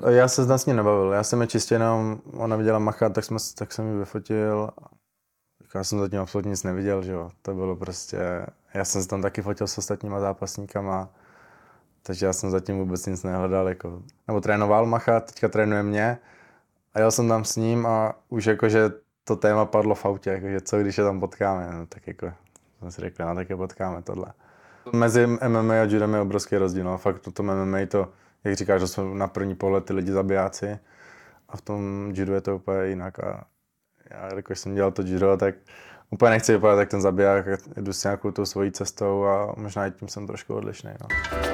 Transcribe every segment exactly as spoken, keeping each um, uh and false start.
Já se s ním nebavil, já jsem je čistě jenom, ona viděla machat, tak, jsme, tak jsem ji vyfotil. Já jsem zatím absolutně nic neviděl, že jo. To bylo prostě, já jsem se tam taky fotil s ostatníma zápasníkama, takže já jsem zatím vůbec nic nehledal, jako, nebo trénoval Macha, teďka trénuje mě a jel jsem tam s ním a už jakože to téma padlo v autě, jakože co když je tam potkáme, no, tak jako jsem si řekl, no tak je potkáme tohle. Mezi M M A a judem je obrovský rozdíl, no, fakt to M M A to, jak říkáš, že jsou na první pohled ty lidi zabijáci a v tom judu je to úplně jinak a já, když jsem dělal to judo, tak úplně nechci vypadat jak ten zabiják, jdu s nějakou tou svojí cestou a možná i tím jsem trošku odlišný. No.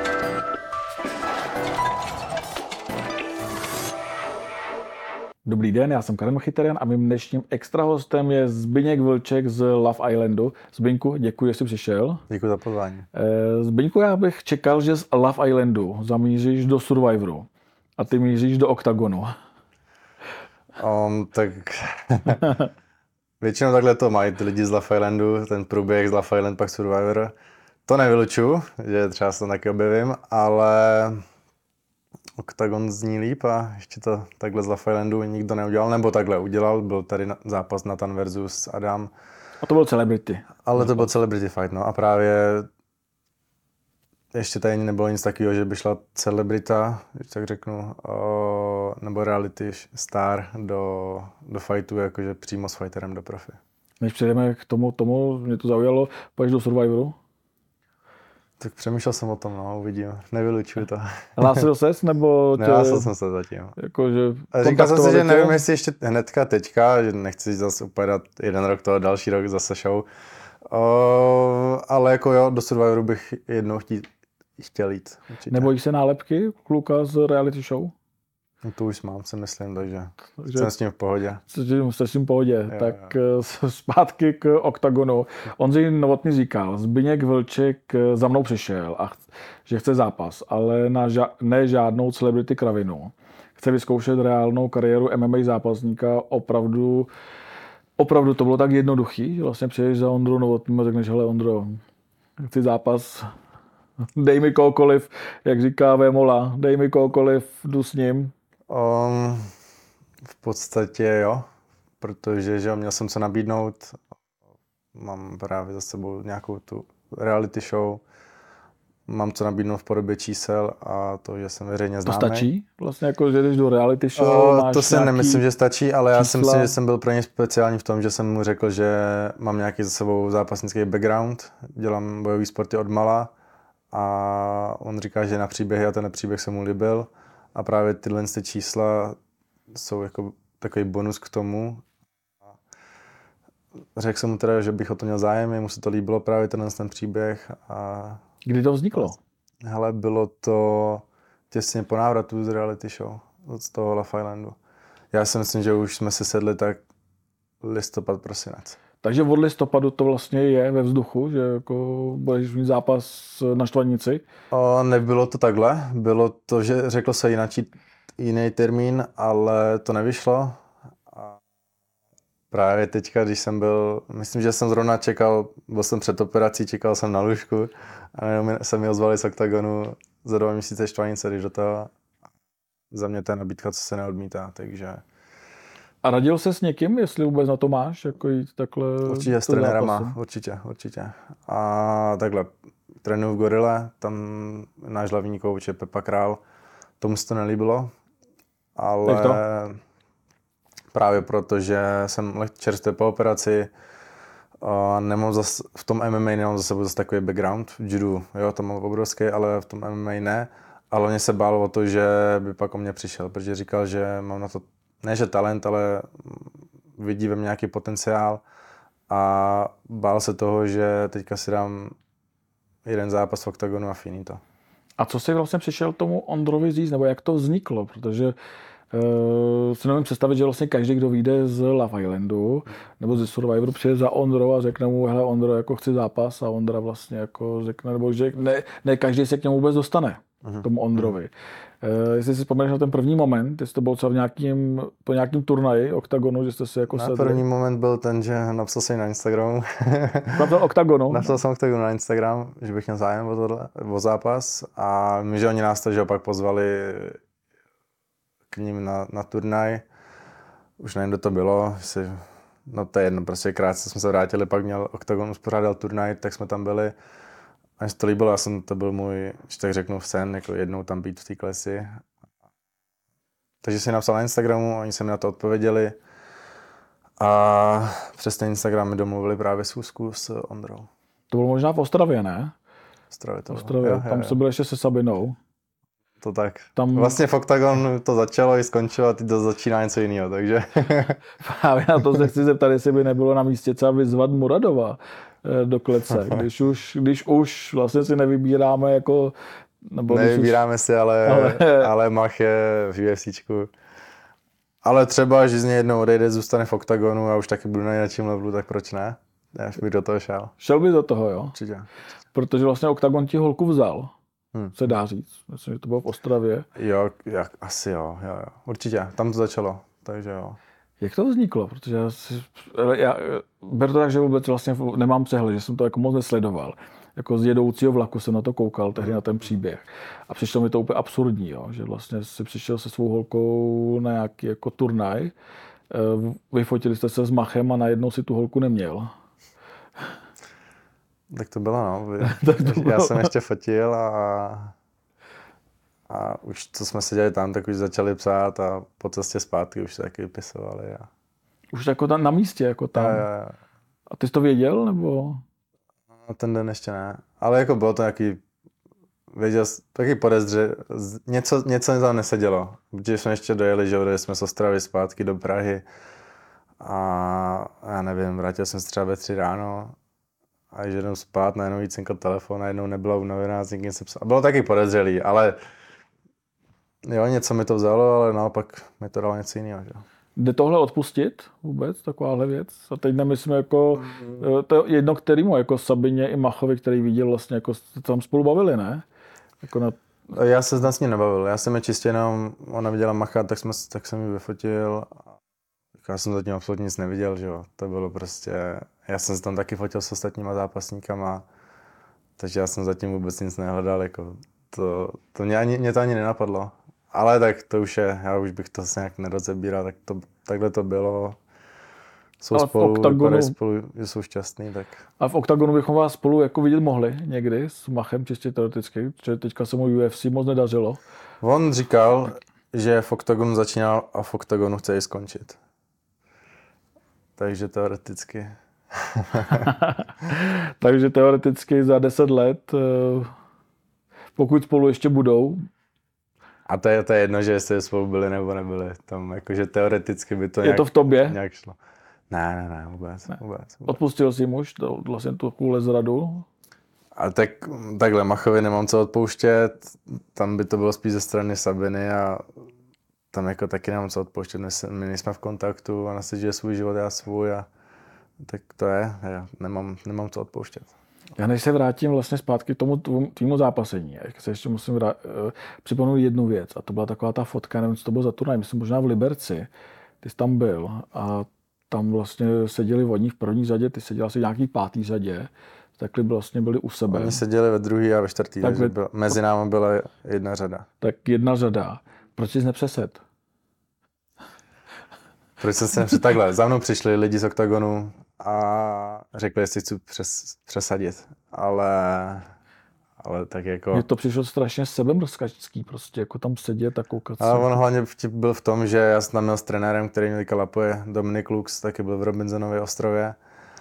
Dobrý den, já jsem Karel Chytarian a mým dnešním extra hostem je Zbyněk Vlček z Love Islandu. Zbyňku, děkuji, že jsi přišel. Děkuji za pozvání. Zbyňku, já bych čekal, že z Love Islandu zamíříš do Survivoru a ty míříš do Oktagonu. Um, tak většinou takhle to mají ty lidi z Love Islandu, ten průběh z Love Island pak Survivor. To nevylučuju, že třeba se to taky objevím, ale Oktagon zní líp a ještě to takhle z Love Islandu nikdo neudělal, nebo takhle udělal, byl tady zápas Nathan versus Adam. A to byl celebrity. Ale to byl celebrity fight, no a právě ještě tady nebylo nic takového, že by šla celebrita, když tak řeknu, o, nebo reality star do, do fightu, jakože přímo s fighterem do profi. Než přejdeme k tomu, tomu mě to zaujalo, půjdeš do Survivoru? Tak přemýšlel jsem o tom, no, uvidím, nevylučuju to. Hlásil ses, nebo... Tě, Nehlásil jsem se zatím. Jako, že říkal jsem si, že nevím, jestli ještě hnedka teďka, že nechci zase úplně dát jeden rok toho, další rok zase show. O, ale jako jo, do Survivoru bych jednou chtít, chtěl jít. Určitě. Nebojíš se nálepky kluka z reality show? No to už mám, si myslím, takže, takže jsem s tím v pohodě. Jsi s tím v pohodě, jo, tak jo. Zpátky k Oktagonu. Ondřej Novotný říkal, Zbyněk Vlček za mnou přišel a že chce zápas, ale na ža- ne žádnou celebrity kravinu. Chce vyzkoušet reálnou kariéru M M A zápasníka. Opravdu, opravdu to bylo tak jednoduchý, že vlastně přijdeš za Ondrou Novotným a řekneš, hele Ondro, chci zápas, dej mi kohokoliv, jak říká Vémola, dej mi kohokoliv, jdu s ním. Um, v podstatě jo, protože že měl jsem se nabídnout, mám právě za sebou nějakou tu reality show, mám co nabídnout v podobě čísel a to, že jsem veřejně známý. To stačí? Vlastně jako, že jdeš do reality show, o, máš To si nemyslím, že stačí, ale já si myslím, že jsem byl pro něj speciální v tom, že jsem mu řekl, že mám nějaký za sebou zápasnický background, dělám bojový sporty od mala a on říká, že na příběhy a ten příběh se mu líbil. A právě tyhle ty čísla jsou jako takový bonus k tomu. Řekl jsem mu teda, že bych o to měl zájem, jemu se to líbilo právě tenhle ten příběh. A kdy to vzniklo? Hele, bylo to těsně po návratu z reality show, z toho Love Islandu. Já si myslím, že už jsme si sedli tak listopad, prosinec. Takže od listopadu to vlastně je ve vzduchu, že jako budeš mít zápas na Štvanici? O, nebylo to takhle, bylo to, že řekl se jináčí, jiný termín, ale to nevyšlo. A právě teďka, když jsem byl, myslím, že jsem zrovna čekal, byl jsem před operací, čekal jsem na lůžku a jenom se mi ozvali z Oktagonu za dva měsíce Štvanice, když do toho za mě ta nabídka, co se neodmítá, takže... A radil se s někým, jestli vůbec na to máš, jako jít takhle... Určitě s trenérama, určitě, určitě. A takhle, trénuju v Gorile, tam náš hlavní kouč je Pepa Král, tomu se to nelíbilo, ale to? právě proto, že jsem čerstvě po operaci, a nemám zas, v tom M M A nemám za sebou zase takový background, v judu, jo, to mám obrovský, ale v tom M M A ne, ale mě se bál o to, že by pak o mě přišel, protože říkal, že mám na to ne, že talent, ale vidí ve mně nějaký potenciál a bál se toho, že teďka si dám jeden zápas v Oktagonu a finito. A co jsi vlastně přišel tomu Ondrovi říct, nebo jak to vzniklo? Protože uh, si nevím představit, že vlastně každý, kdo vyjde z Love Islandu nebo ze Survivoru, přijde za Ondrou a řekne mu, hele Ondro, jako chci zápas a Ondra vlastně jako řekne, nebo že ne, ne každý se k němu vůbec dostane, uh-huh. tomu Ondrovi. Uh, jestli si vzpomeneš na ten první moment, jestli to bylo třeba v nějakým, po nějakým turnaji Oktagonu, že jste si jako na sedli. První moment byl ten, že napsal jsem na Instagramu. Napsal Oktagonu? Napsal jsem Oktagonu na Instagram, že bych měl zájem o, tohle, o zápas a my, že oni nás to, že opak pozvali k ním na, na turnaj. Už nevím, kdo to bylo, jestli, no to je jedno, prostě krátce jsme se vrátili, pak měl Octagon uspořádal turnaj, tak jsme tam byli. A mně se to líbilo, já jsem, to byl můj, když tak řeknu, sen, jako jednou tam být v té klesi. Takže jsem napsal na Instagramu, oni se mi na to odpověděli. A přes ten Instagram mi domluvili právě schůzku s Ondrou. To bylo možná v Ostravě, ne? Ostravě to v Ostravě, jo, tam jo, se byl ještě se Sabinou. To tak. Tam... Vlastně v Octagonu to začalo i skončilo a teď to začíná něco jiného, takže... Právě na to se chci zeptat, jestli by nebylo na místě třeba vyzvat Muradova do klece, když už, když už vlastně si nevybíráme jako... Nebo nevybíráme už... si, ale, ale... ale Mach je v UFCčku. Ale třeba, že z něj jednou odejde, zůstane v Octagonu a už taky budu na nejlepším levelu, tak proč ne? Já už bych do toho šel. Šel bys do toho, jo? Určitě. Protože vlastně Octagon ti holku vzal, hmm. se dá říct. Myslím, že to bylo v Ostravě. Jo, jak, asi jo, jo, jo. Určitě, tam to začalo, takže jo. Jak to vzniklo? Protože já, si, já beru to tak, že vůbec vlastně nemám přehled, že jsem to jako moc nesledoval. Jako z jedoucího vlaku jsem na to koukal, tehdy na ten příběh. A přišlo mi to úplně absurdní, jo? Že vlastně si přišel se svou holkou na nějaký jako turnaj, vyfotili jste se s Machem a najednou si tu holku neměl. Tak to bylo, no. to bylo. Já jsem ještě fotil a, a už co jsme seděli tam, tak už začali psát a po cestě zpátky už se taky vypisovali. A... Už jako tam na místě, jako tam. A, a, a ty jsi to věděl, nebo? No, ten den ještě ne. Ale jako bylo to nějaký, věděl, taky podezře, něco, něco tam nesedělo. Protože jsme ještě dojeli, že odjeli jsme z Ostravy zpátky do Prahy a já nevím, vrátil jsem se třeba ve tři ráno a když jdem spát, najednou jí cinkl telefon, najednou nebyla unavená, s někým se psal. Bylo taky podezřelý, ale jo, něco mi to vzalo, ale naopak mi to dalo něco jiného. Že? Jde tohle odpustit vůbec, takováhle věc? A teď nemyslím jako, mm. to je jedno kterýmu, jako Sabině i Machovi, který viděl vlastně, jako tam spolu bavili, ne? Jako na... Já se s ní nebavil, já jsem je čistě jenom, ona viděla Macha, tak, jsme, tak jsem ji vyfotil. Já jsem zatím absolutně nic neviděl, že jo, to bylo prostě, já jsem se tam taky fotil s ostatníma zápasníkama, takže já jsem zatím vůbec nic nehledal, jako to, to mě, ani, mě to ani nenapadlo. Ale tak to už je, já už bych to se nějak nerozebíral, tak to, takhle to bylo. Jsou ale spolu, Octagonu, spolu, že jsou šťastný, tak... A v Octagonu bychom vás spolu jako vidět mohli někdy s Machem, čistě teoreticky, protože teďka se mu U F C moc nedařilo. On říkal, že v Octagonu začínal a v Octagonu chce i skončit. Takže teoreticky. Takže teoreticky za deset let, pokud spolu ještě budou. A to je, to je jedno, že jestli spolu byli nebo nebyli. Tam jakože teoreticky by to je nějak, to v tobě? Nějak šlo. Ne, ne, ne, vůbec, ne. vůbec, vůbec. Odpustil jsi muž to, vlastně tu kůle zradu? A tak, takhle, Machovi nemám co odpouštět. Tam by to bylo spíš ze strany Sabiny a tam jako taky nemám co odpouštět. My nejsme v kontaktu, ona si žije svůj život, já svůj a tak to je, já nemám, nemám co odpouštět. Já než se vrátím vlastně zpátky k tomu tvýmu zápasení, jak se ještě musím vrát, uh, připomenout jednu věc a to byla taková ta fotka, nevím, co to bylo za turnaj, myslím možná v Liberci, ty jsi tam byl a tam vlastně seděli oni v první řadě, ty seděl asi v nějaký pátý řadě, takhle vlastně byli u sebe. Oni seděli ve druhý a ve čtvrtý, takže byl, mezi námi byla jedna řada. Tak jedna řada. Proč jsi nepřesed? Proč jsem se nepřesed? Takhle, za mnou přišli lidi z Octagonu a řekli, jestli chci přes, přesadit, ale, ale tak jako... Mně to přišlo strašně sebemrskačský, prostě jako tam sedět a koukat. Ale on hlavně vtip byl v tom, že já jsem tam měl s trenérem, který mě teďka lapuje, Dominik Lux, taky byl v Robinsonově ostrově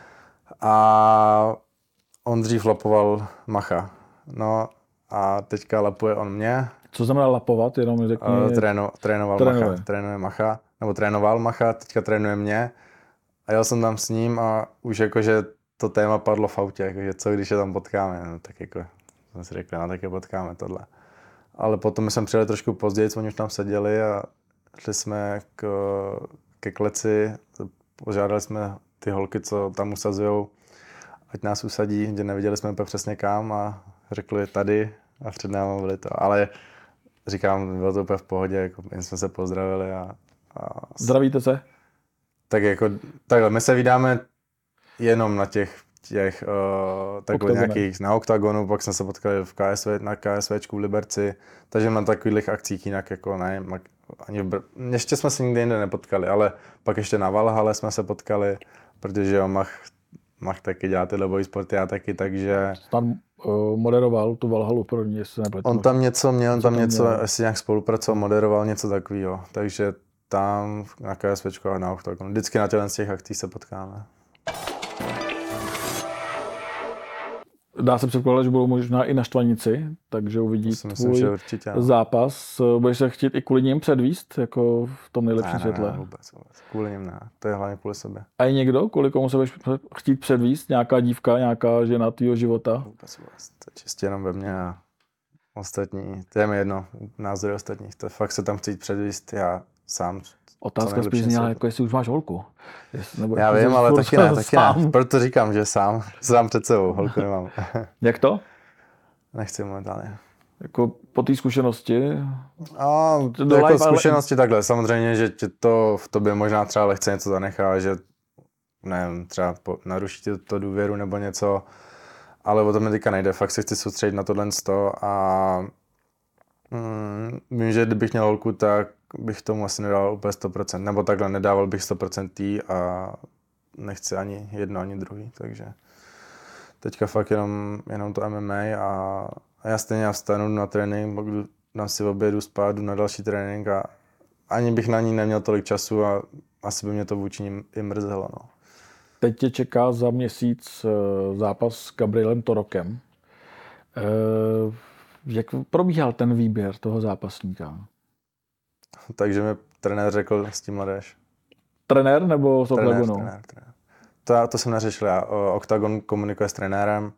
a on dřív lapoval Macha, no a teďka lapuje on mě. Co znamená lapovat, jenom řekni... Uh, tréno, trénoval trénuje. Macha, trénuje Macha, nebo trénoval Macha, teďka trénuje mě. A jel jsem tam s ním a už jakože to téma padlo v autě, jakože co když je tam potkáme, no tak jako jsem si řekl, no tak je potkáme tohle. Ale potom jsme přijeli trošku později, oni už tam seděli a šli jsme k, ke kleci, požádali jsme ty holky, co tam usazujou, ať nás usadí, kde neviděli jsme úplně přesně kam a řekli tady a před námi byli to. Ale říkám, bylo to úplně v pohodě, jako jen jsme se pozdravili a... a... Zdravíte se? Tak jako, takhle, my se vydáme jenom na těch těch uh, takhle Oktagone. nějakých na Oktagonu, pak jsme se potkali v K S V, na KSVčku v Liberci, takže na takových akcích jinak jako ne, ani v Br- ještě jsme se nikdy jinde nepotkali, ale pak ještě na Valhalle jsme se potkali, protože jo, Mach, Mach taky dělá tyhle bojí sporty, já taky, takže... Tam uh, moderoval tu Valhalu první, jestli nepletu. On tam něco měl, on tam tam něco, měl? asi nějak spolupracoval, moderoval něco takového, takže tam na KSVčku a na Oktagonu, vždycky na těchto z těch akcích se potkáme. Dá se předpokládat, že budou možná i naštvanici, takže uvidí To si myslím, tvůj že určitě, no. zápas. Budeš se chtít i kvůli ním předvíst, jako v tom nejlepším Ne, ne, světle? ne, vůbec, vůbec. Kvůli nim ne, to je hlavně kvůli sobě. A je někdo, kvůli komu se budeš chtít předvíst? Nějaká dívka, nějaká žena tvýho života? Vůbec, vůbec. To je čistě jenom ve mně a ostatní, to je mi jedno, názory ostatních, to fakt se tam chci předvíst já sám. Otázka spíš zněla, jako jestli už máš holku. Jestli, nebo Já jestli vím, jsi ale furt taky ne, taky sám. ne. Proto říkám, že sám, sám před sebou, holku nemám. Jak to? Nechci momentálně. Jako po té zkušenosti? A Do jako live, ale- zkušenosti takhle, samozřejmě, že tě to v tobě možná třeba lehce něco zanechá, že nevím, třeba po, naruší ti to důvěru nebo něco, ale o to mi teďka nejde, fakt se chci soustředit na tohle sto a mm, vím, že kdybych měl holku, tak bych tomu asi nedával úplně sto procent, nebo takhle nedával bych sto procent tý a nechci ani jedno, ani druhý, takže teďka fakt jenom, jenom to M M A a, a já stejně já vstanu na trénink, pak jdu, dám si obědu, spát, jdu na další trénink a ani bych na ní neměl tolik času a asi by mě to vůči ní i mrzelo. No. Teď tě čeká za měsíc eh, zápas s Gabrielem Torokem. Eh, Jak probíhal ten výběr toho zápasníka? Takže mi trenér řekl, s tím jdeš. Trenér nebo z Trenér, Oktagonu? trenér, trenér. To, to jsem neřešil já. O, Oktagon komunikuje s trenérem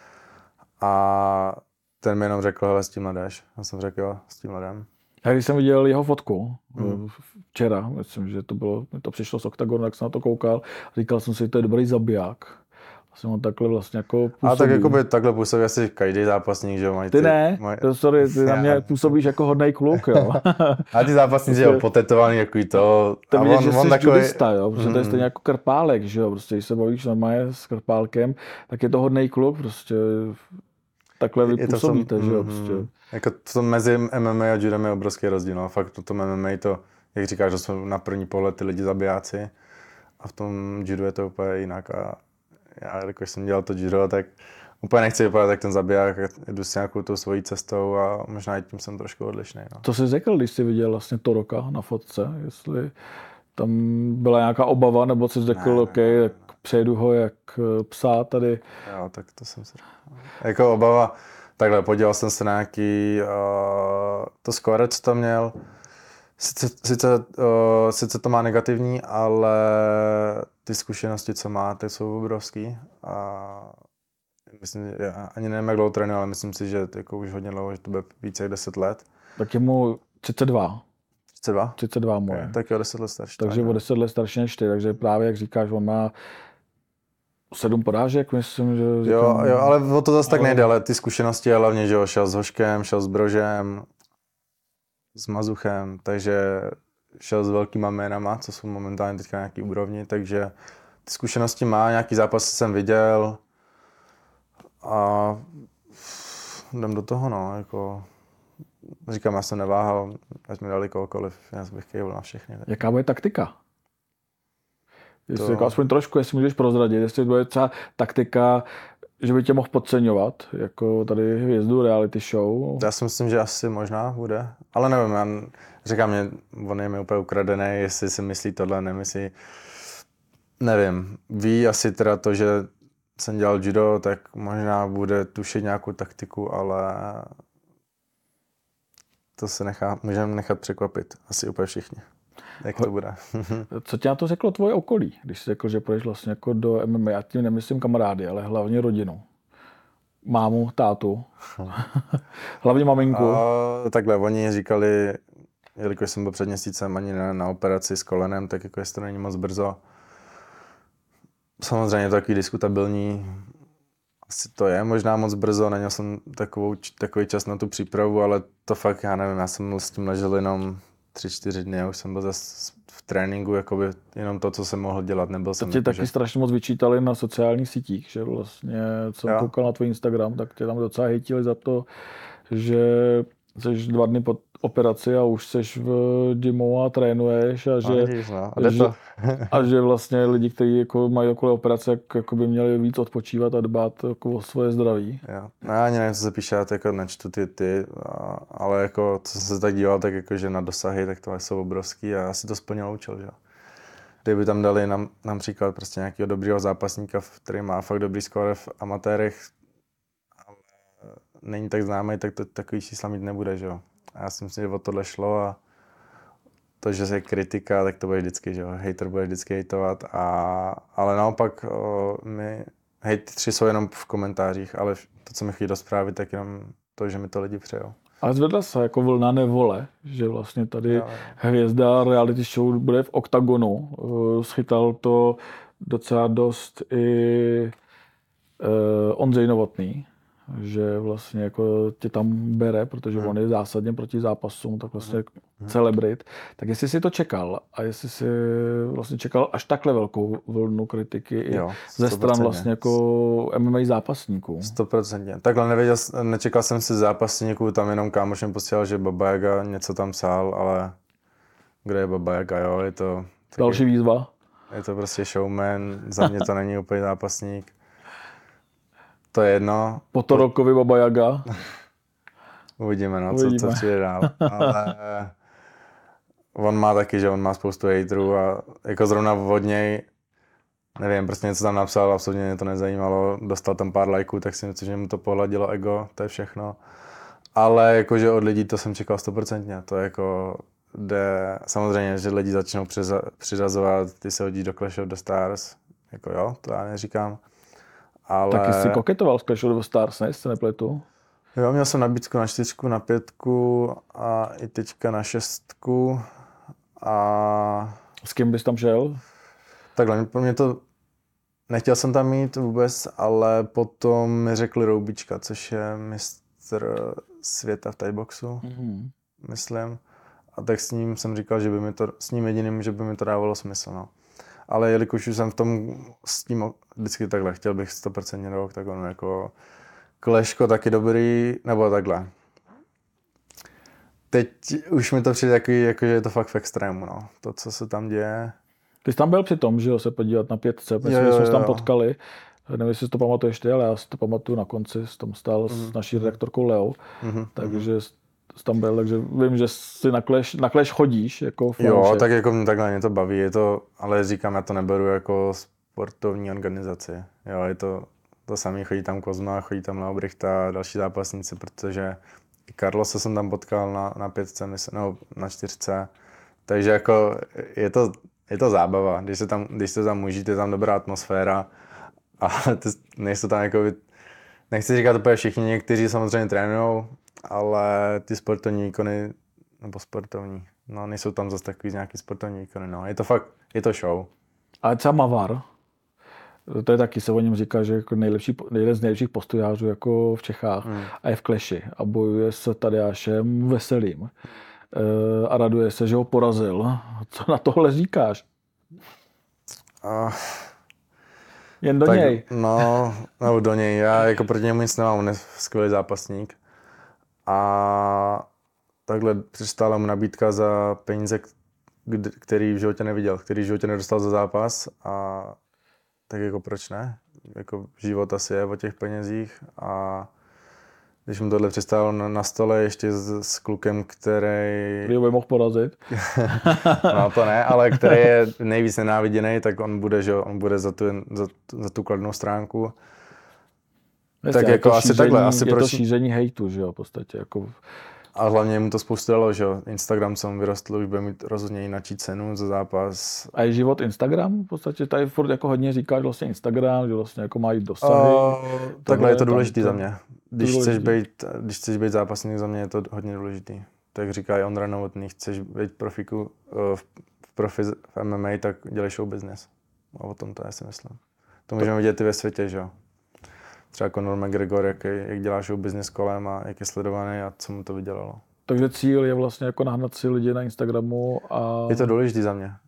a ten mi jenom řekl, hele, s tím jdeš. Já jsem řekl, jo, s tím jdem. Já když jsem viděl jeho fotku Hmm. včera, myslím, že to bylo, mi to přišlo z Oktagonu, tak jsem na to koukal, říkal jsem si, že to je dobrý zabiják. Vlastně on takhle vlastně jako působí. A tak jakoby takhle působí asi každý zápasník, že jo, mají Ty ne, mají... to sorry, ty na Já mě ne. působíš jako hodnej kluk, jo. A ty zápasníci, jo, potetovaný, jako to. To a vidět, on, že on jsi takový... judista, jo, protože to je Mm. stejně jako Krpálek, že jo, prostě když se bavíš normálně s Krpálkem, tak je to hodnej kluk, prostě takhle vy Je to v tom- působíte, že jo, mm, prostě. Jako v tom mezi M M A a judem je obrovský rozdíl. No. Fakt v tom M M A to, jak říkáš, že jsou na první pohled ty lidi zabijáci a v tom judu je to úplně jinak. A já, když jsem dělal to judo, tak úplně nechci vypadat jak ten zabiják, jdu si nějakou tou svojí cestou a možná i tím jsem trošku odlišný. No. Co jsi řekl, když jsi viděl vlastně Toroka na fotce, jestli tam byla nějaká obava, nebo jsi řekl, Ne, ne, OK, ne, ne, tak přejdu ho jak eh, psa tady. Jo, tak to jsem si řekl. Jako obava, takhle, podíval jsem se na nějaký, uh, to skóre, co tam měl, sice, sice, uh, sice to má negativní, ale ty zkušenosti, co má, ty jsou obrovský a myslím, já ani nevím, jak dlouho trénuje, ale myslím si, že jako už hodně dlouho, že to bude více jak deset let. Tak je mu třicet dva, třicet dva? třicet dva moje. Okay, tak jo, deset let starší. Takže o deset let starší než ty, takže právě, jak říkáš, on má sedm porážek, myslím, že Jo, říkám, jo, ale o to zase tak ale- nejde, ale ty zkušenosti hlavně, že jo, šel s Hoškem, šel s Brožem, s Mazuchem, takže šel s velkýma jménama, co jsou momentálně teďka na nějaký úrovni, takže ty zkušenosti má, nějaký zápasy jsem viděl a jdem do toho, no, jako říkám, já jsem neváhal, ať mi dali kohokoliv, já bych kejvil na všechny. Tak. Jaká bude taktika? Jestli To- jako aspoň trošku, jestli můžeš prozradit, jestli bude třeba taktika, že by tě mohl podceňovat, jako tady hvězdu reality show. Já si myslím, že asi možná bude, ale nevím, já říkám, mě, on je mi úplně ukradený, jestli si myslí tohle, nemyslí, nevím. Ví asi teda to, že jsem dělal judo, tak možná bude tušit nějakou taktiku, ale to se nechá, můžeme nechat překvapit, asi úplně všichni, jak to bude. Co tě na to řeklo tvoje okolí, když jsi řekl, že půjdeš vlastně jako do M M A? Já tím nemyslím kamarády, ale hlavně rodinu. Mámu, tátu, hlavně maminku. A takhle, oni říkali, jelikož jsem byl před měsícem ani na, na operaci s kolenem, tak jako jestli to není moc brzo. Samozřejmě to takový diskutabilní, asi to je možná moc brzo, neměl jsem takovou, takový čas na tu přípravu, ale to fakt, já nevím, já jsem s tím ležel jenom tři, čtyři dny a už jsem byl zase v tréninku jakoby jenom to, co jsem mohl dělat, nebyl To jsem tě jako, taky že... strašně moc vyčítali na sociálních sítích, že vlastně, co jsem Jo. koukal na tvůj Instagram, tak tě tam docela hejtili za to, že jsi dva dny po operaci a už jsi v gymu a trénuješ a No, že, vidíš, no. A jde že, to. a že vlastně lidi, kteří jako mají okolo operace, jak, jako by měli víc odpočívat a dbát jako o svoje zdraví. Jo. No, já ani nevím, co se píše, já to jako nečtu ty, ty a, ale jako, co jsem se tak díval, tak jako, že na dosahy, tak to jsou obrovský a já si to splnil účel, že? Kdyby tam dali nám, například prostě nějakého dobrýho zápasníka, který má fakt dobrý skóre v amatérech, ale není tak známý, tak to takový čísla mít nebude, že jo. A já si myslím, že o tohle šlo a to, že je kritika, tak to bude vždycky, že jo. Hater bude vždycky hejtovat, a, ale naopak o, my, hejtři jsou jenom v komentářích, ale to, co mi chodí do zprávy, tak jenom to, že mi to lidi přejou. Ale zvedla se jako vlna nevole, že vlastně tady Jo, jo. hvězda reality show bude v Oktagonu. Uh, Schytal to docela dost i uh, Ondřej Novotný, že vlastně jako tě tam bere, protože Hmm. on je zásadně proti zápasům, tak vlastně hmm. celebrit. Tak jestli si to čekal a jestli si vlastně čekal až takhle velkou vlnu kritiky i Jo, ze sto stran procent. vlastně jako M M A zápasníků. sto procent. Takhle nevěděl, nečekal jsem si zápasníků, tam jenom kámoš mi posílal, že Baba Yaga něco tam psal, ale kde je Baba Yaga, jo, je to... Taky, Další výzva. je to prostě showman, za mě to není úplně zápasník. To je jedno. Po Torokovi Baba Yaga. Uvidíme, no, Uvidíme. Co, co přijde dál. Ale on má taky, že on má spoustu hejtrů a jako zrovna od něj, nevím, prostě něco tam napsal, absolutně mě to nezajímalo, dostal tam pár lajků, tak si myslím, že mu to pohladilo ego, to je všechno. Ale jakože od lidí to jsem čekal stoprocentně, to je jako jde, samozřejmě, že lidi začnou přiza, přiřazovat, ty se hodí do Clash of the Stars, jako jo, to já neříkám. Ale... Taky jsi koketoval s Clash of the Stars, ne, jestli se nepletu? Jo, měl jsem nabídku na čtyřku, na pětku a i teďka na šestku a... S kým bys tam šel? Takhle, pro mě to... Nechtěl jsem tam mít vůbec, ale potom mi řekli Roubička, což je mistr světa v thaiboxu, Mm-hmm. myslím. A tak s ním jsem říkal, že by mi to, s ním jediným, že by mi to dávalo smysl, no. Ale jelikož už jsem v tom s tím vždycky takhle, chtěl bych sto procent do oktagonu, jako Kleško taky dobrý, nebo takhle. Teď už mi to přijde takový, jako, že je to fakt v extrému, no. To, co se tam děje. Ty jsi tam byl při tom, že jo, se podívat na pětce, protože Jo, jsme jo, se tam jo. potkali. Nevím, jestli si to pamatuješ ty, ale já si to pamatuju na konci, s tom stál mm. s naší redaktorkou Leou, Mm-hmm. takže jsi tam byl, takže vím, že si na Clash, na Clash chodíš, jako Jo, fanoušek. tak jako mě takhle mě to baví, je to, ale říkám, já to neberu jako sportovní organizaci. Jo, je to to samé, chodí tam Kozma, chodí tam Laubrichta a další zápasníci, protože i Carlosa jsem tam potkal na, na pětce, myslím, no, na čtyřce. Takže jako je to, je to zábava, když se tam, když se tam užít, je tam dobrá atmosféra, ale ty, nejsou tam jako, nechci říkat úplně všichni, někteří samozřejmě trénujou, ale ty sportovní výkony, nebo sportovní, no nejsou tam zase takový nějaký sportovní výkony, no. Je to fakt, je to show. Ale třeba Mavar, to je taky, se o něm říká, že jako nejlepší, jeden z nejlepších postojářů jako v Čechách hmm. a je v Clashi a bojuje s Tadeášem Veselým. Hmm. E, a raduje se, že ho porazil. Co na tohle říkáš? Uh, Jen do tak, něj. No, nebo do něj. Já jako proti němu nic nemám, on je skvělý zápasník. A takhle přistála mu nabídka za peníze, který v životě neviděl, který v životě nedostal za zápas a tak jako proč ne? Jako život asi je o těch penězích a když mu tohle přistálo na, na stole ještě s, s klukem, který... Který by mohl porazit. No to ne, ale který je nejvíc nenáviděný, tak on bude, že on bude za tu, za, za tu kladnou stránku. Myslím, tak jako asi šíření, takhle. Asi je proč... to šíření hejtu, že jo, v podstatě. Jako... A hlavně mu to spoustu dalo, že jo. Instagram jsem vyrostl, už bude mít rozhodně jináčí cenu za zápas. A je život Instagram? V podstatě tady furt jako hodně říkáš vlastně Instagram, že vlastně jako mají dosahy. Uh, takhle je to důležitý to, za mě. Když důležitý. chceš, být, když chceš být zápasník, za mě je to hodně důležitý. Tak říká i Ondra Novotný, chceš být profiku v, v profi v M M A, tak dělej show business. A o tom to já si myslím. To můžeme vidět i ve světě, že jo. Třeba Conor McGregor, jak, jak dělá show business kolem a jak je sledovaný a co mu to vydělalo. Takže cíl je vlastně jako nahnat si lidi na Instagramu a... Je to důležitý za mě.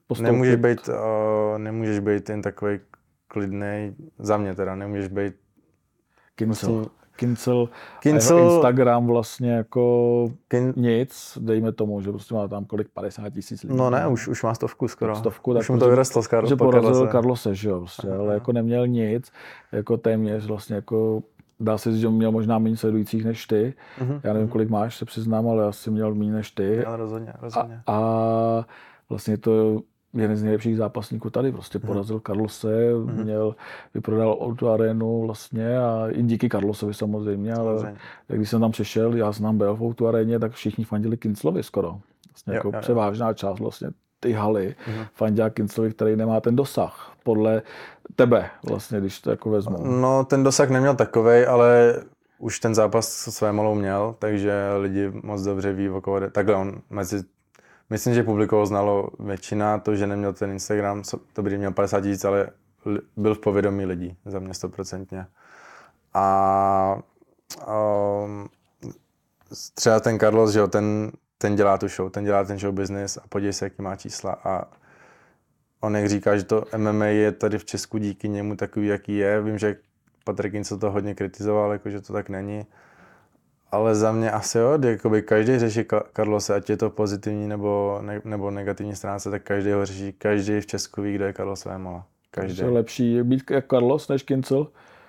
postoupit. Nemůžeš být, uh, nemůžeš být jen takový klidnej, za mě teda, nemůžeš být... Kincel. Vlastně, Kincel, Kincel, a jeho Instagram vlastně jako kin, nic, dejme tomu, že prostě má tam kolik, padesát tisíc lidí. No ne, už, už má stovku skoro. Stovku, už mu to vyrostlo z Karlo, že porazil Karlose. Carlose, že jo, prostě, Aha. ale jako neměl nic, jako téměř vlastně jako, dá se říct, že měl možná méně sledujících než ty. Uh-huh. Já nevím, kolik máš, se přiznám, ale asi měl méně než ty. Ale rozhodně, rozhodně. A, a vlastně to jeden z nejlepších zápasníků tady, prostě porazil mm. Carlose, mm. měl, vyprodal tu arénu vlastně a i díky Carlosovi samozřejmě, samozřejmě. Ale když jsem tam přišel, já jsem tam byl v tu aréně, tak všichni fandili Kinclovi skoro. Vlastně jo, jako jo, převážná jo. část vlastně ty haly mm. fandila Kinclovi, který nemá ten dosah, podle tebe vlastně, když to jako vezmu. No ten dosah neměl takovej, ale už ten zápas s Vémolou měl, takže lidi moc dobře ví, o koho jde. Takhle on mezi Myslím, že publiko znalo většina, to, že neměl ten Instagram, dobrý, měl padesát tisíc, ale byl v povědomí lidí, za mě stoprocentně. A um, třeba ten Carlos, že jo, ten, ten dělá tu show, ten dělá ten show business a podívej se, jaký má čísla. A on jak říká, že to M M A je tady v Česku díky němu takový, jaký je. Vím, že Patrik Kincl to hodně kritizoval, jako, že to tak není. Ale za mě asi jo, jakoby každý řeší Carlose, ať je to pozitivní nebo, ne, nebo negativní stránce, tak každý ho řeší. Každý v Česku ví, kdo je Carlos Vémola. Každý. Je lepší být jak Carlos než Kincl?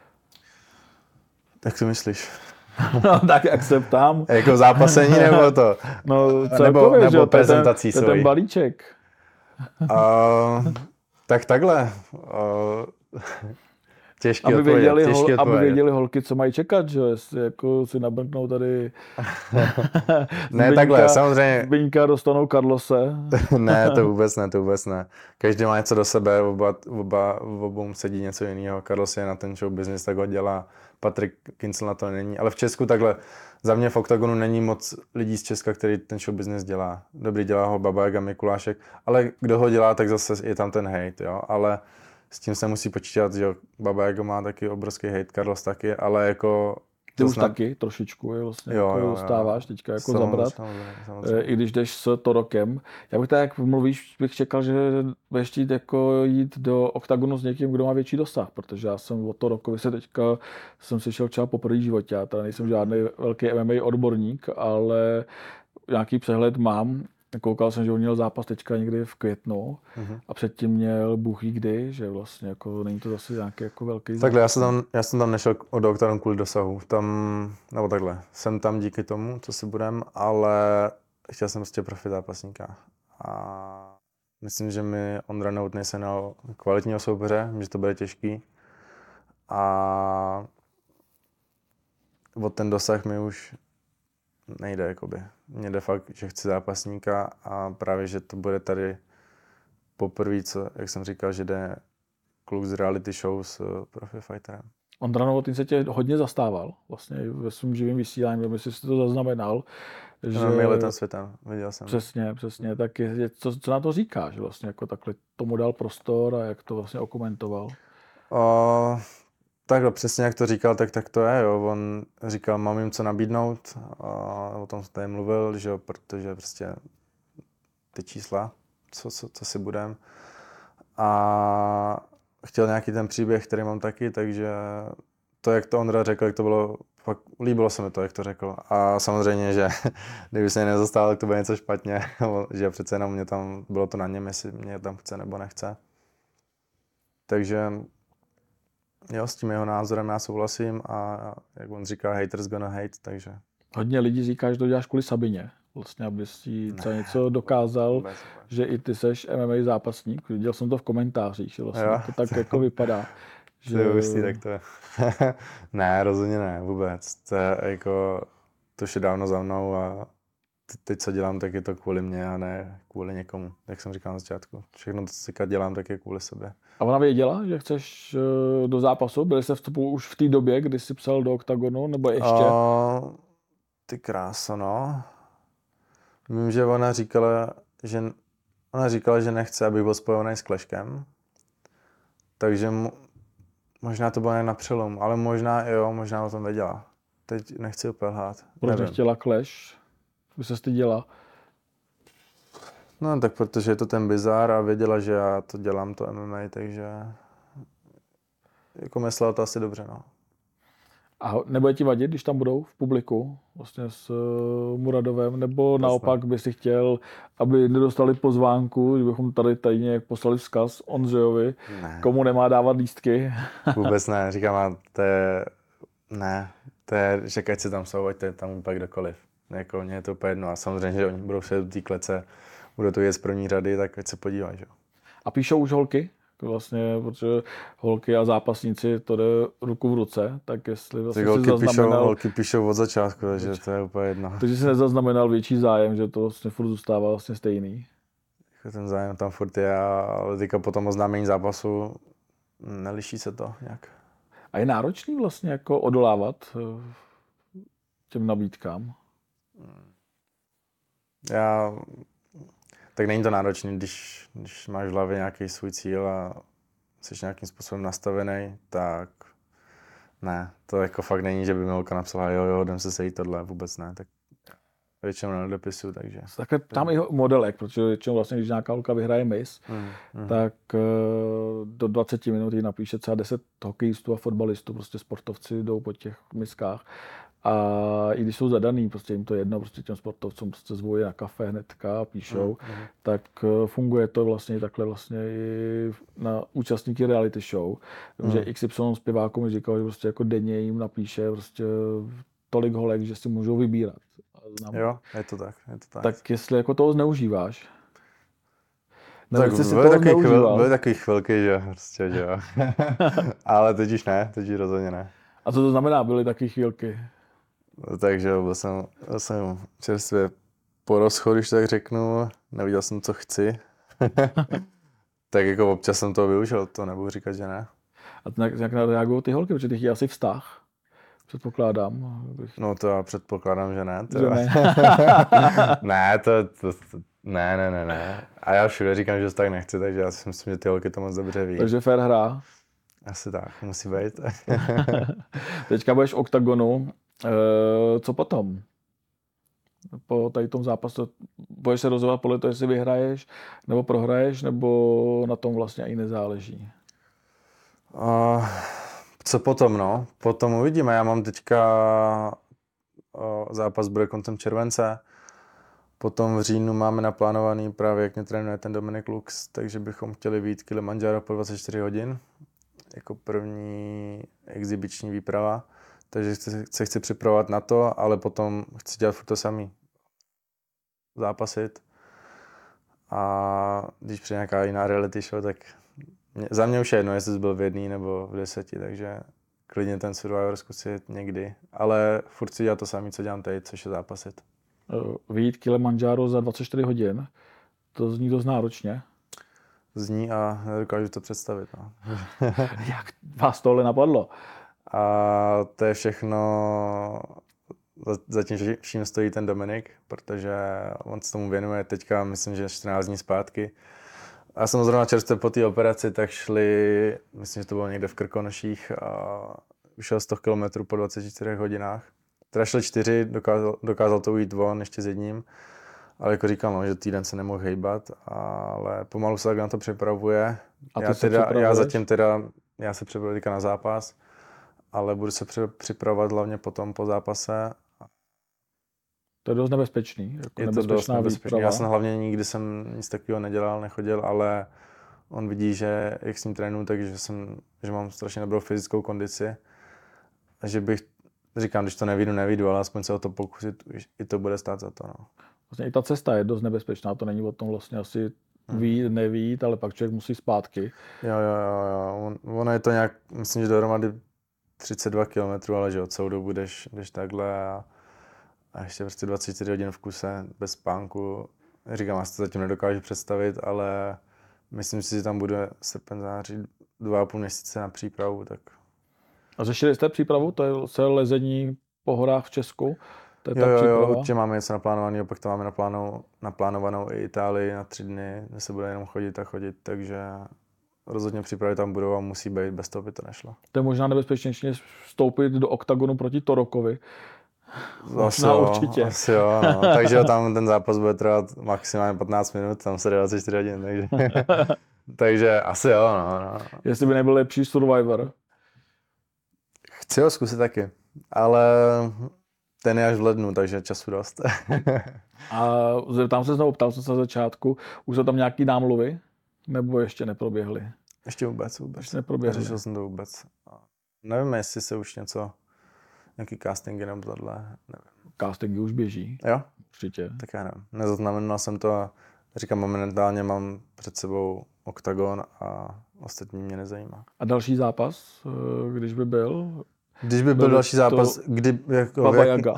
Tak to myslíš? No tak jak se ptám. Jako zápasení nebo to? No celkově, nebo, nebo že prezentací ten, ten balíček. Uh, tak takhle. Uh, Těžký aby odpovědět, věděli, těžký hol, aby věděli holky, co mají čekat, že jestli jako si nabrknou tady ne, Zbyňka, takhle, samozřejmě. Zbyňka dostanou Carlose. Ne, to vůbec ne, to vůbec ne. Každý má něco do sebe, oba, oba, obou sedí něco jiného. Carlos je na ten show business, tak ho dělá. Patrik Kincl na to není. Ale v Česku takhle, za mě v Oktagonu není moc lidí z Česka, který ten show business dělá. Dobrý, dělá ho Babák a Mikulášek, ale kdo ho dělá, tak zase je tam ten hate, jo. Ale s tím se musí počítat, že Baba Yaga má taky obrovský hate, Carlos taky, ale jako... Ty už snad... taky trošičku je vlastně, jo, jako jo, dostáváš jo. teďka jako samozřejmě, zabrat, samozřejmě, samozřejmě. I když jdeš s Torokem. Já bych tak, jak mluvíš, bych čekal, že budeš chtít jako jít do Oktagonu s někým, kdo má větší dosah, protože já jsem o Torokovi se teďka, jsem slyšel třeba poprvé v životě, já teda nejsem žádný velký M M A odborník, ale nějaký přehled mám. Koukal jsem, že on měl zápas teďka někdy v květnu uh-huh. a předtím měl Bůh ví kdy, že vlastně jako není to zase nějaký jako velký zápas. Takhle, já jsem tam, já jsem tam nešel od Oktagonu kvůli dosahu, tam, nebo takhle, jsem tam díky tomu, co si budem, ale chtěl jsem prostě profi zápasníka a myslím, že mi Ondra Novotný se nal kvalitního soupeře, že to bude těžký a od ten dosah mi už nejde, jakoby. Mně jde fakt, že chci zápasníka a právě, že to bude tady poprvé, co, jak jsem říkal, že jde kluk z reality show s profi fighterem. Ondra Novotný se tě hodně zastával, vlastně ve svém živém vysílání, nevím, jestli jsi to zaznamenal. Že... No, my letem světem, viděl jsem. Přesně, přesně, tak je, co, co na to říkáš, vlastně jako takhle tomu dal prostor a jak to vlastně okomentoval? O... Takhle přesně, jak to říkal, tak, tak to je, jo. On říkal, mám jim co nabídnout, a o tom jsem tady mluvil, že jo, protože prostě ty čísla, co, co, co si budem. A chtěl nějaký ten příběh, který mám taky, takže to, jak to Ondra řekl, jak to bylo, fakt líbilo se mi to, jak to řekl. A samozřejmě, že kdyby se mě nezastával, tak to bude něco špatně, že přece jenom mě tam, bylo to na něm, jestli mě tam chce nebo nechce. Takže jo, s tím jeho názorem já souhlasím a jak on říká, haters gonna hate, takže... Hodně lidí říká, že to děláš kvůli Sabině, vlastně, aby si ne, něco dokázal, vůbec, že i ty seš M M A zápasník. Viděl jsem to v komentářích, že vlastně jo, to tak jako vypadá. Že... To je jistý, tak to je. Ne, rozhodně ne, vůbec. To je jako, to už je dávno za mnou a teď, co dělám, tak je to kvůli mně a ne kvůli někomu, jak jsem říkal na začátku. Všechno, co si dělám, tak je kvůli sobě. A ona věděla, že chceš do zápasu? Byli jste vstupu už v té době, kdy jsi psal do Oktagonu, nebo ještě? O, ty kráso, no. Vím, že ona říkala, že, ona říkala, že nechce, abych byl spojený s Kleškem. Takže mu, možná to bylo jen na přelom, ale možná jo, možná o tom věděla. Teď nechci úplně lhát. Proč nechtěla Clash? By se styděla? No tak protože je to ten bizár a věděla, že já to dělám, to M M A, takže jako myslela to asi dobře, no. A nebude ti vadit, když tam budou v publiku vlastně s uh, Muradovem, nebo Vlastně. naopak by si chtěl, aby nedostali pozvánku, kdybychom tady tajně poslali vzkaz Ondřejovi, Ne. komu nemá dávat lístky? Vůbec ne, říkám, a to je, ne, to je, že ať se tam jsou, ať to je tam úplně kdokoliv. Jako mně je to úplně jedno a samozřejmě, že oni budou sedět do té klece, budou to jet z první řady, tak ať se podívají, že jo. A píšou už holky? Vlastně, protože holky a zápasníci to jde ruku v ruce, tak jestli vlastně Tak si holky píšou, zaznamenal, holky píšou od začátku, takže to je úplně jedno. takže si nezaznamenal větší zájem, že to vlastně furt zůstává vlastně stejný. Jako ten zájem tam furt je, ale teďka po tom oznámení zápasu neliší se to nějak. A je náročný vlastně jako odolávat eh, těm nabídkám? Já, tak není to náročné, když, když máš v hlavě nějaký svůj cíl a jsi nějakým způsobem nastavený, tak ne, to jako fakt není, že by mi holka napsala, jo, jo, jdem se sejít tohle, vůbec ne, tak většinou nedopisuju, takže. Takhle tam i modelek, protože většinou vlastně, když nějaká holka vyhraje Miss, Mm, mm. tak eh, do dvacet minut jí napíše třeba deset hokejistů a fotbalistů, prostě sportovci jdou po těch miskách. A i když jsou zadaný, prostě jim to jedno, prostě těm sportovcům prostě zvou je na kafe hnedka a píšou, Mm, mm. tak eh, funguje to vlastně takhle vlastně i na účastníky reality show. Vím, Mm. že X Y zpěvákům říkal, že prostě jako denně jim napíše prostě tolik holek, že si můžou vybírat. A znám. Jo, je to tak, je to tak. Tak jestli jako toho zneužíváš? Nebo Tak jsi si byly toho takový, chvil, zneužíval? byly takový chvilky, že jo, prostě, že jo. Ale teď už ne, teď už rozhodně ne. A co to znamená, byly taky chvílky? Takže byl jsem, byl jsem čerstvě po rozchodu, když tak řeknu, neviděl jsem, co chci. Tak jako občas jsem to využil, to nebudu říkat, že ne. A jak, jak reagují ty holky, protože ty chtějí asi vztah, předpokládám. Bych... No to já předpokládám, že ne. To Že ne. ne, to, to, to, ne, ne, ne, ne. A já všude říkám, že to tak nechci, takže já si myslím, že ty holky to moc dobře ví. Takže fair hra. Asi tak, musí být. Teďka budeš v oktagonu. E, co potom? Po tady tom zápasu budeš se rozhodovat podle toho, jestli vyhraješ, nebo prohraješ, nebo na tom vlastně ani nezáleží? Uh, co potom, no? Potom uvidíme. Já mám teďka uh, zápas bude koncem července. Potom v říjnu máme naplánovaný právě, jak mě trénuje ten Dominik Lux, takže bychom chtěli vyjít Kilimanjaro po dvacet čtyři hodin. Jako první exibiční výprava. Takže se chci připravovat na to, ale potom chci dělat furt to samý. Zápasit. A když přijde nějaká jiná reality show, tak mě, za mě už je jedno, jestli jsi byl v jedný nebo v deseti, takže klidně ten Survivor zkusit někdy. Ale furt si dělat to samé, co dělám teď, což je zápasit. Vyjít Kilimanjaro za dvacet čtyři hodin, to zní dost náročně. Zní a nedokážu to představit. No. Jak vás tohle napadlo? A to je všechno, za tím vším stojí ten Dominik, protože on se tomu věnuje teďka, myslím, že čtrnáct dní zpátky. Já jsem zrovna čerstvě po té operaci, tak šli, myslím, že to bylo někde v Krkonoších a vyšel sto kilometrů po dvaceti čtyřech hodinách. Teda šli čtyři, dokázal, dokázal to ujít von ještě s jedním, ale jako říkal, no, že týden se nemohl hejbat, ale pomalu se tak na to připravuje. A já, teda, já zatím teda, já se připravuji teďka na zápas, ale budu se připravovat hlavně potom po zápase. To je dost nebezpečný. Jako je to dost nebezpečný. Já jsem hlavně nikdy jsem nic takového nedělal, nechodil, ale on vidí, že jak s ním trénuju, takže jsem, že mám strašně dobrou fyzickou kondici. A že bych, říkám, když to nevídu, nevídu, ale aspoň se o to pokusit, i to bude stát za to. No. Vlastně i ta cesta je dost nebezpečná, to není o tom vlastně asi vít, nevít, ale pak člověk musí zpátky. Jo, jo, jo, jo. On, ono je to nějak, myslím, že dohromady třicet dva kilometrů, ale že od celou dobu jdeš, jdeš takhle a, a ještě prostě dvacet čtyři hodin v kuse, bez spánku. Říkám, já si to zatím nedokážu představit, ale myslím si, že tam bude srpen, září, dva a půl měsíce na přípravu, tak. A řešili jste přípravu? To je celé lezení po horách v Česku? To je jo, ta jo, příprava? jo, určitě máme něco naplánovaného, pak to máme naplánovanou, naplánovanou i Itálii na tři dny, kde se bude jenom chodit a chodit, takže rozhodně přípravy tam budou a musí být, bez toho by to nešlo. To je možná nebezpečnější vstoupit do oktagonu proti Torokovi. Možná určitě. Asi jo, no. Takže tam ten zápas bude trvat maximálně patnáct minut, tam se dvacet čtyři hodin, takže, takže asi jo, no, no. Jestli by nebyl lepší Survivor. Chci ho zkusit taky, ale ten je až v lednu, takže času dost. A zeptám se znovu, ptal jsem se na začátku, už jsou tam nějaký námluvy? Nebo ještě neproběhly? Ještě vůbec, vůbec. Ještě neproběhly. Neřešil jsem to vůbec. Nevím, jestli se už něco, nějaký castingy nebo tohle, nevím. Castingy už běží. Jo? Určitě. Tak já nevím. Nezaznamenal jsem to a říkám, momentálně mám před sebou Oktagon a ostatní mě nezajímá. A další zápas, když by byl? Když by byl byl další zápas, to kdy... Jako, Baba jak, Jaga.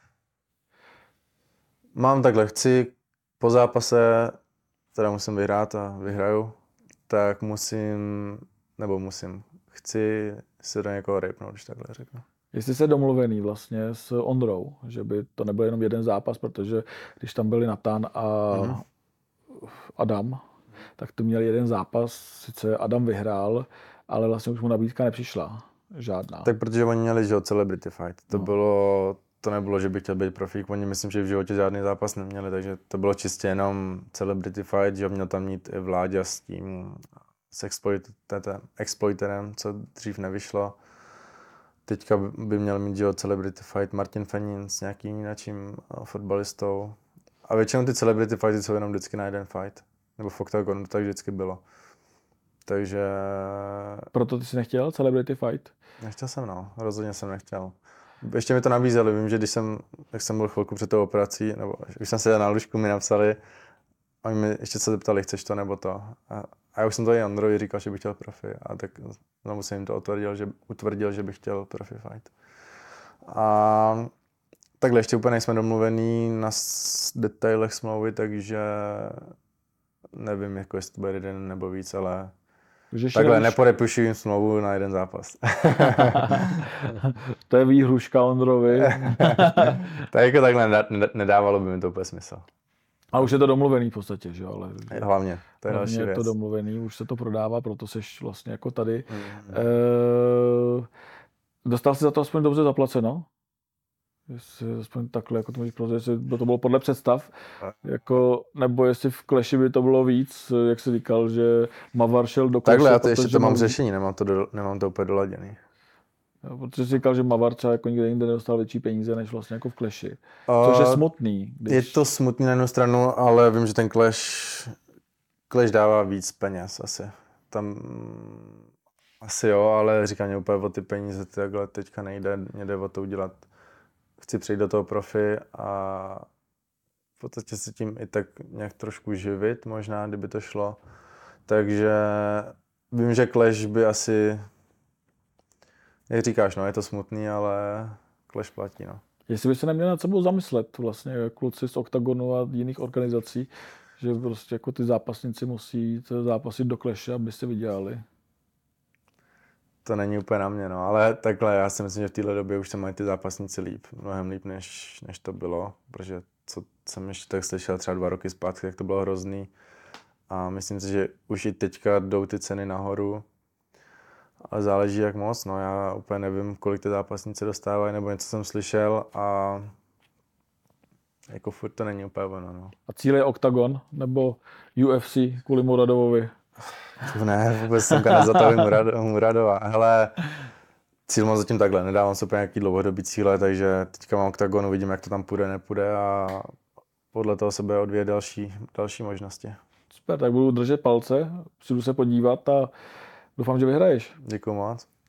Mám takhle, chci po zápase, teda musím vyhrát a vyhraju, tak musím, nebo musím, chci se do někoho rejpnout, když takhle řeknu. Jestli jste domluvený vlastně s Ondrou, že by to nebyl jenom jeden zápas, protože když tam byli Natan a mm-hmm. Adam, tak to měli jeden zápas, sice Adam vyhrál, ale vlastně už mu nabídka nepřišla. Žádná. Tak protože oni měli, že Celebrity Fight. To no. bylo, to nebylo, že by chtěl být profík. Oni myslím, že v životě žádný zápas neměli, takže to bylo čistě jenom Celebrity Fight, že měl tam mít i Vláďa s tím, s exploiterem, co dřív nevyšlo. Teďka by měl mít, že Celebrity Fight Martin Fenin s nějakým jiným fotbalistou. A většinou ty Celebrity Fighty jsou jenom vždycky na jeden fight. Nebo v Octagonu to tak vždycky bylo. Takže... Proto ty jsi nechtěl Celebrity Fight? Nechtěl jsem, no. Rozhodně jsem nechtěl. Ještě mi to nabízeli. Vím, že když jsem, jak jsem byl chvilku před tou operací, nebo když jsem seděl na lůžku, mi napsali, a oni mi ještě se zeptali, chceš to nebo to. A, a já už jsem to i Androvi říkal, že bych chtěl profi. A tak znovu jsem jim to utvrdil, že, utvrdil, že bych chtěl profi fight. A takhle ještě úplně nejsme domluvený na detailech smlouvy, takže nevím, jako jestli to bude jeden nebo víc, ale takhle nevíš... nepodepíšu smlouvu na jeden zápas. To je výhruška Ondrovi. Tak jako takhle nedávalo by mi to úplně smysl. A už je to domluvený v podstatě, že jo? Ale hlavně, to je další věc. věc. Je to domluvený, už se to prodává, proto seš vlastně jako tady. Mm. E, dostal jsi za to aspoň dobře zaplaceno? Jestli aspoň takhle, jako to můžeš prozit, jestli to bylo podle představ, jako, nebo jestli v Clashi by to bylo víc, jak jsi říkal, že Mavar šel do Clashi. Takhle, já to ještě to mám řešení, nemám to, do, nemám to úplně doladěný. Jo, protože jsi říkal, že Mavar třeba jako nikde jinde nedostal větší peníze, než vlastně jako v Clashi. Což je smutný. Když... Je to smutný na jednu stranu, ale vím, že ten Clash, Clash dává víc peněz asi. Tam asi jo, ale říkám, mě úplně o ty peníze takhle teďka nejde, mě jde o to udělat. Chci přijít do toho profi a v podstatě se tím i tak nějak trošku živit, možná, kdyby to šlo. Takže vím, že Clash by asi, jak říkáš, no, je to smutný, ale Clash platí, no. Jestli by se neměl nad sebou zamyslet vlastně kluci z Octagonu a jiných organizací, že prostě jako ty zápasníci musí jít zápasit do Clashe, aby si vydělali. To není úplně na mě, no, ale takhle, já si myslím, že v téhle době už se mají ty zápasníci líp, mnohem líp, než, než to bylo, protože co jsem ještě tak slyšel třeba dva roky zpátky, tak to bylo hrozný a myslím si, že už i teďka jdou ty ceny nahoru, ale záleží jak moc, no, já úplně nevím, kolik ty zápasníci dostávají, nebo něco jsem slyšel a jako furt to není úplně ono, no. A cíl je Octagon, nebo U F C kvůli Muradovovi? Ne, vůbec jsem nezatavím Muradova. Hele, cíl mám zatím takhle, nedávám se úplně nějaký dlouhodobý cíle, takže teďka mám Octagon, uvidím, jak to tam půjde, nepůjde a podle toho se bude odvíjet další, další možnosti. Super, tak budu držet palce, přijdu se podívat a doufám, že vyhraješ. Děkuju moc.